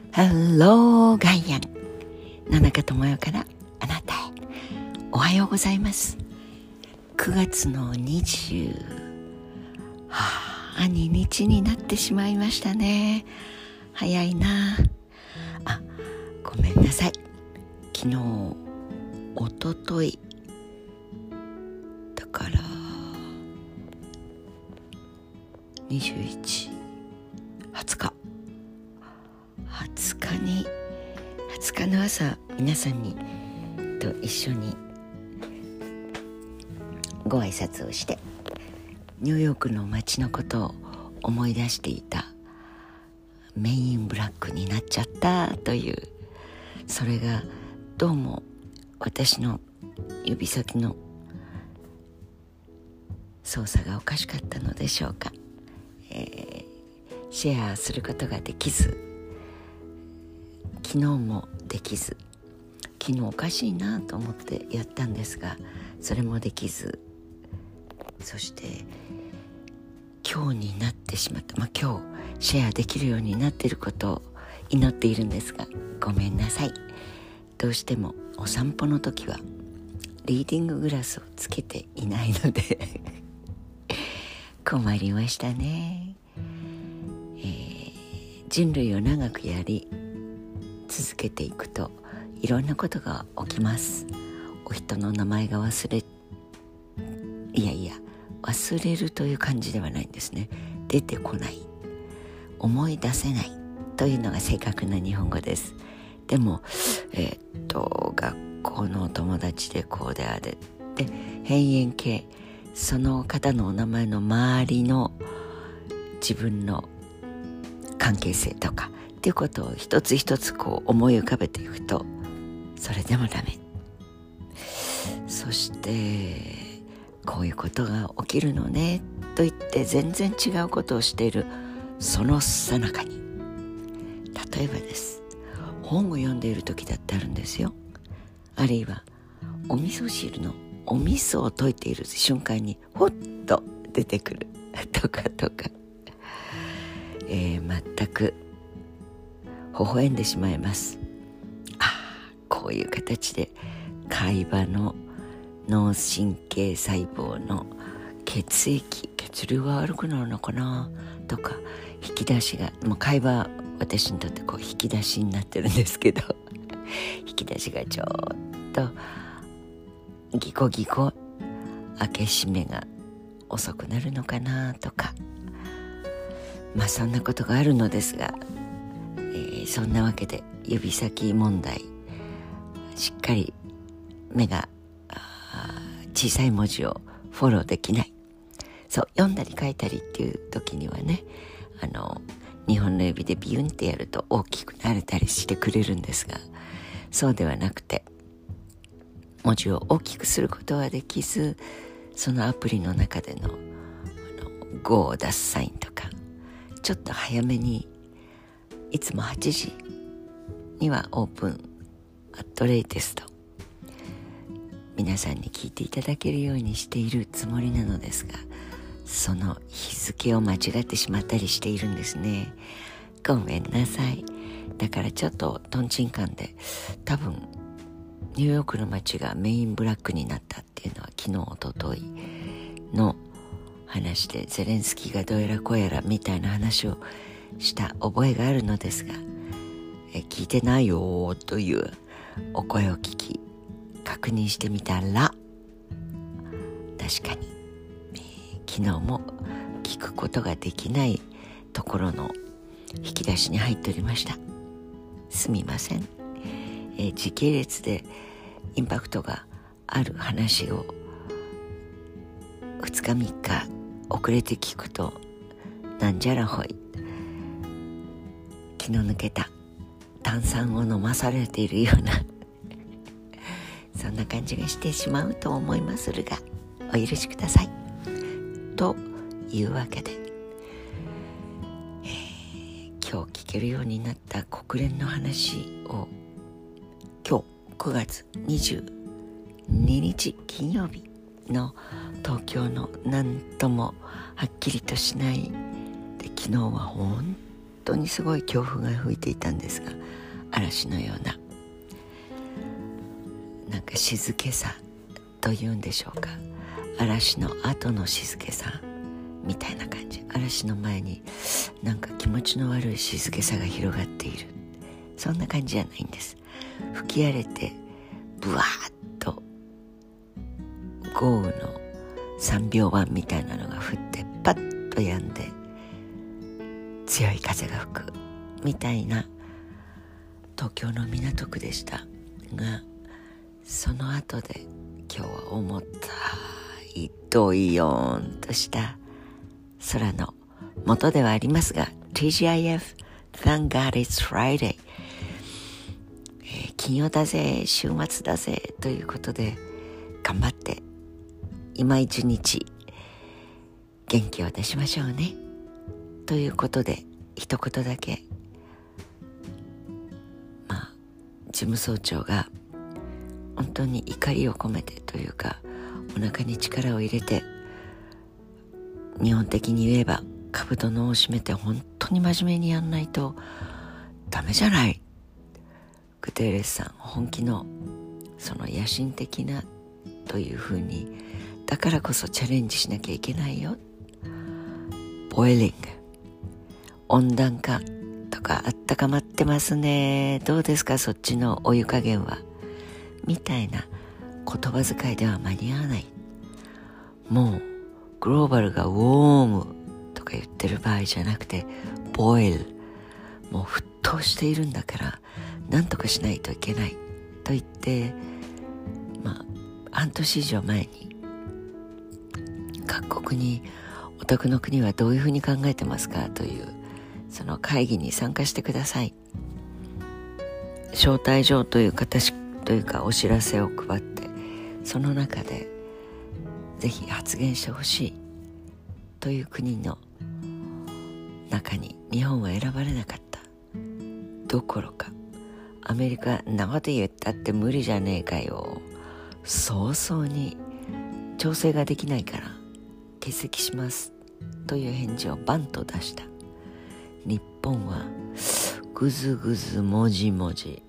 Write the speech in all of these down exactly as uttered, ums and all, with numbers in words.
ハローガイアン、野中智代からあなたへおはようございます。くがつのにじゅうににちになってしまいましたね。早いなあ。ごめんなさい。昨日おとといだからにじゅういち、はつかはつかにはつかの朝、皆さんにと一緒にご挨拶をしてニューヨークの街のことを思い出していた。メインブラックになっちゃったという、それがどうも私の指先の操作がおかしかったのでしょうか。えー、シェアすることができず、昨日もできず、昨日おかしいなと思ってやったんですが、それもできず、そして今日になってしまった。まあ今日シェアできるようになっていることを祈っているんですが、ごめんなさい。どうしてもお散歩の時はリーディンググラスをつけていないので困りましたね。えー、人類を長くやり続けていくといろんなことが起きます。お人の名前が忘れいやいや忘れるという感じではないんですね。出てこない、思い出せないというのが正確な日本語です。でもえー、っと学校のお友達でこうであれで辺縁系、その方のお名前の周りの自分の関係性とかっていうことを一つ一つこう思い浮かべていくと、それでもダメ。そしてこういうことが起きるのねと言って全然違うことをしているその最中に、例えばです、本を読んでいる時だってあるんですよ。あるいはお味噌汁のお味噌を溶いている瞬間にほっと出てくるとかとか、えー、全く微笑んでしまいます。ああ、こういう形で会話の脳神経細胞の血液血流が悪くなるのかなとか、引き出しがもう会話、私にとってこう引き出しになってるんですけど引き出しがちょっとギコギコ開け閉めが遅くなるのかなとか、まあそんなことがあるのですが、えー、そんなわけで指先問題、しっかり目が小さい文字をフォローできない。そう、読んだり書いたりっていう時にはね、あのにほんの指でビュンってやると大きくなれたりしてくれるんですが、そうではなくて文字を大きくすることはできず、そのアプリの中での、あのゴーを出すサインとか、ちょっと早めに、いつもはちじにはオープンアットレイテスト、皆さんに聞いていただけるようにしているつもりなのですが、その日付を間違ってしまったりしているんですね。ごめんなさい。だからちょっとトンチンカンで、多分ニューヨークの街がメインブラックになったっていうのは昨日おとといの話で、ゼレンスキーがどうやらこうやらみたいな話をした覚えがあるのですが、え聞いてないよというお声を聞き確認してみたら、確かに、えー、昨日も聞くことができないところの引き出しに入っておりました。すみません。えー、時系列でインパクトがある話をふつかみっか遅れて聞くと、なんじゃらほい、気の抜けた炭酸を飲まされているようなそんな感じがしてしまうと思いまするが、お許しください。というわけで、えー、今日聞けるようになった国連の話を、今日くがつにじゅうににち金曜日の東京のなんともはっきりとしないで、昨日は本当にすごい強風が吹いていたんですが、嵐のようななんか静けさというんでしょうか、嵐の後の静けさみたいな感じ。嵐の前になんか気持ちの悪い静けさが広がっている、そんな感じじゃないんです。吹き荒れてブワーッと豪雨の三秒板みたいなのが降ってパッと止んで強い風が吹くみたいな東京の港区でしたが、その後で今日は重たいどいよーんとした空の元ではありますが、 ティージーアイエフ Thank God It's Friday、えー、金曜だぜ、週末だぜということで頑張って今一日元気を出しましょうねということで、一言だけ、まあ事務総長が本当に怒りを込めてというか、お腹に力を入れて、日本的に言えば兜の緒を締めて本当に真面目にやんないとダメじゃない、グテーレスさん本気のその野心的なというふうに、だからこそチャレンジしなきゃいけないよ、ボイリング、温暖化とかあったかまってますね、どうですかそっちのお湯加減は、みたいな言葉遣いでは間に合わない。もうグローバルがウォームとか言ってる場合じゃなくて、ボイル、もう沸騰しているんだから何とかしないといけないと言って、まあ半年以上前に各国にお宅の国はどういうふうに考えてますかというその会議に参加してください、招待状という形というかお知らせを配って、その中でぜひ発言してほしいという国の中に日本は選ばれなかったどころか、アメリカんなこと言ったって無理じゃねえかよ、早々に調整ができないから欠席しますという返事をバンと出した。日本はぐずぐずもじもじ、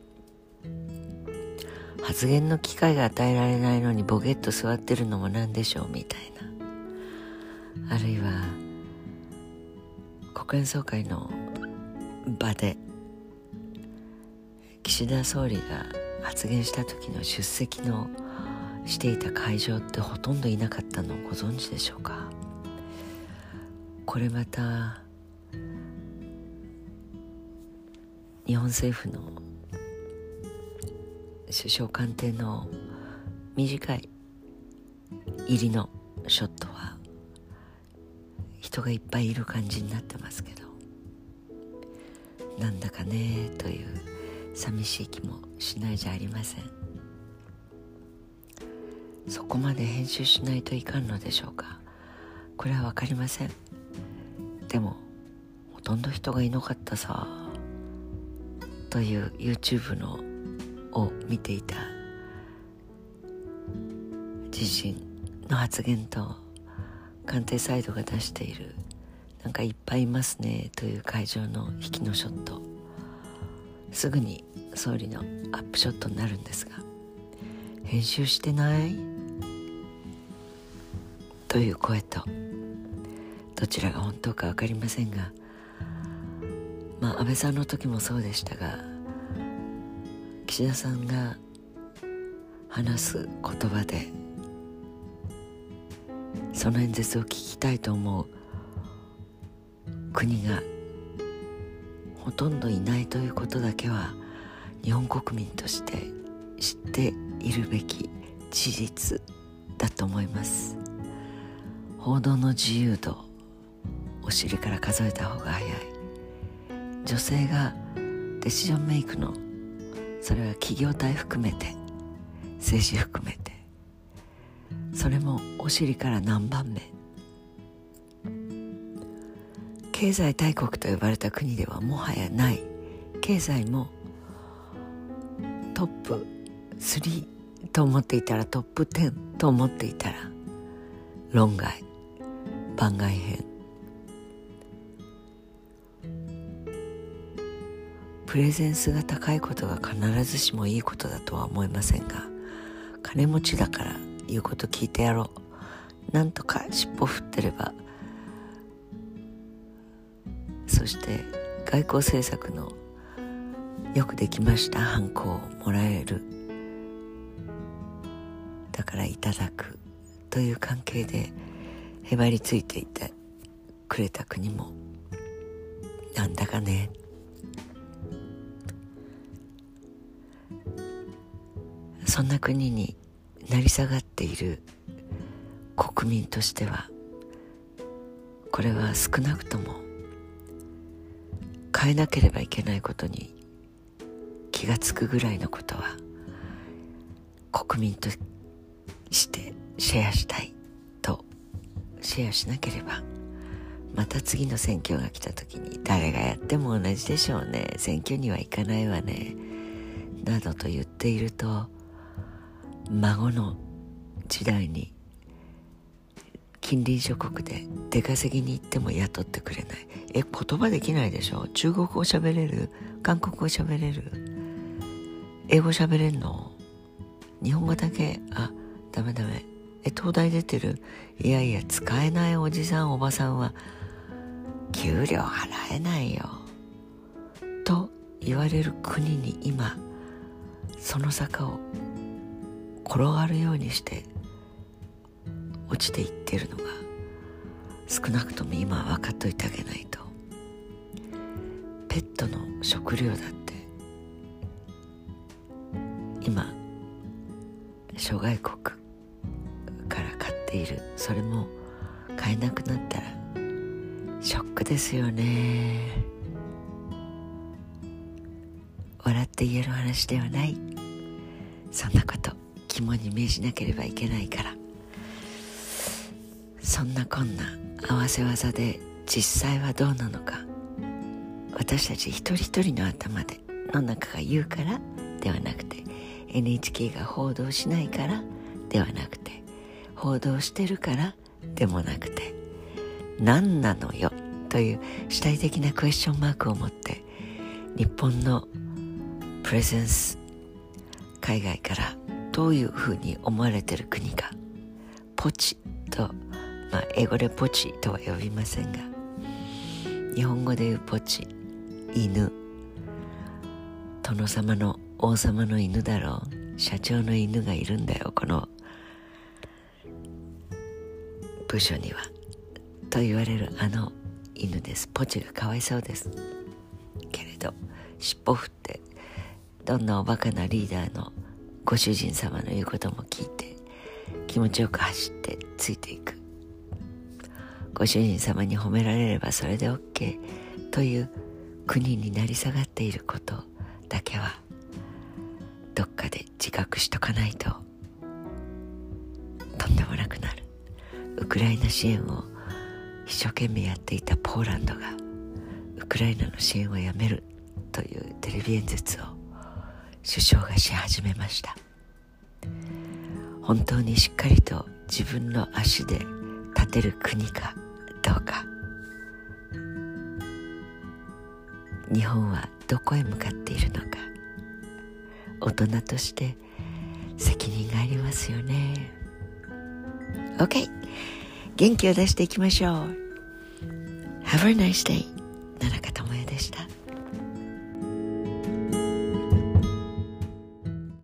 発言の機会が与えられないのにボケッと座ってるのもなんでしょうみたいな、あるいは国連総会の場で岸田総理が発言した時の出席のしていた会場ってほとんどいなかったのをご存知でしょうか。これまた日本政府の首相官邸の短い入りのショットは人がいっぱいいる感じになってますけど、なんだかねという寂しい気もしないじゃありません。そこまで編集しないといかんのでしょうか。これは分かりません。でもほとんど人がいなかったさという YouTube のを見ていた自身の発言と、官邸サイドが出しているなんかいっぱいいますねという会場の引きのショット、すぐに総理のアップショットになるんですが、編集してないという声と、どちらが本当か分かりませんが、まあ安倍さんの時もそうでしたが、岸田さんが話す言葉でその演説を聞きたいと思う国がほとんどいないということだけは日本国民として知っているべき事実だと思います。報道の自由度、お尻から数えた方が早い。女性がデシジョンメイクの、それは企業体含めて政治含めて、それもお尻から何番目。経済大国と呼ばれた国ではもはやない。経済もトップスリーと思っていたらトップテンと思っていたら論外番外編。 プレゼンスが高いことが必ずしもいいことだとは思いませんが、金持ちだから言うこと聞いてやろう、なんとか尻尾振ってれば、そして外交政策のよくできましたハンコをもらえる、だからいただくという関係でへばりついていてくれた国もなんだかね、そんな国に成り下がっている国民としては、これは少なくとも変えなければいけないことに気がつくぐらいのことは国民としてシェアしたいと、シェアしなければまた次の選挙が来た時に誰がやっても同じでしょうね、選挙には行かないわねなどと言っていると、孫の時代に近隣諸国で出稼ぎに行っても雇ってくれない。え、言葉できないでしょ、中国語喋れる、韓国語喋れる、英語喋れんの、日本語だけ、あ、ダメダメ、え、東大出てる、いやいや使えないおじさんおばさんは給料払えないよと言われる国に今その坂を転がるようにして落ちていってるのが、少なくとも今は分かっといてあげないと。ペットの食料だって今諸外国から買っている、それも買えなくなったらショックですよね。笑って言える話ではない。そんなこと肝に銘じなければいけないから。そんなこんな合わせ技で実際はどうなのか、私たち一人一人の頭での中が言うからではなくて、 エヌエイチケー が報道しないからではなくて、報道してるからでもなくて、何なのよという主体的なクエスチョンマークを持って日本のプレゼンス、海外からどういうふうに思われている国か、ポチと、まあ、英語でポチとは呼びませんが、日本語でいうポチ、犬、殿様の王様の犬だろう、社長の犬がいるんだよこの部署にはと言われるあの犬です。ポチがかわいそうですけれど、尻尾振ってどんなおバカなリーダーのご主人様の言うことも聞いて気持ちよく走ってついていく。ご主人様に褒められればそれで OK という国になり下がっていることだけはどっかで自覚しとかないととんでもなくなる。ウクライナ支援を一生懸命やっていたポーランドがウクライナの支援をやめるというテレビ演説を首相がし始めました。本当にしっかりと自分の足で立てる国かどうか、日本はどこへ向かっているのか、大人として責任がありますよね。 OK、 元気を出していきましょう。 Have a nice day。 奈良香智也でした。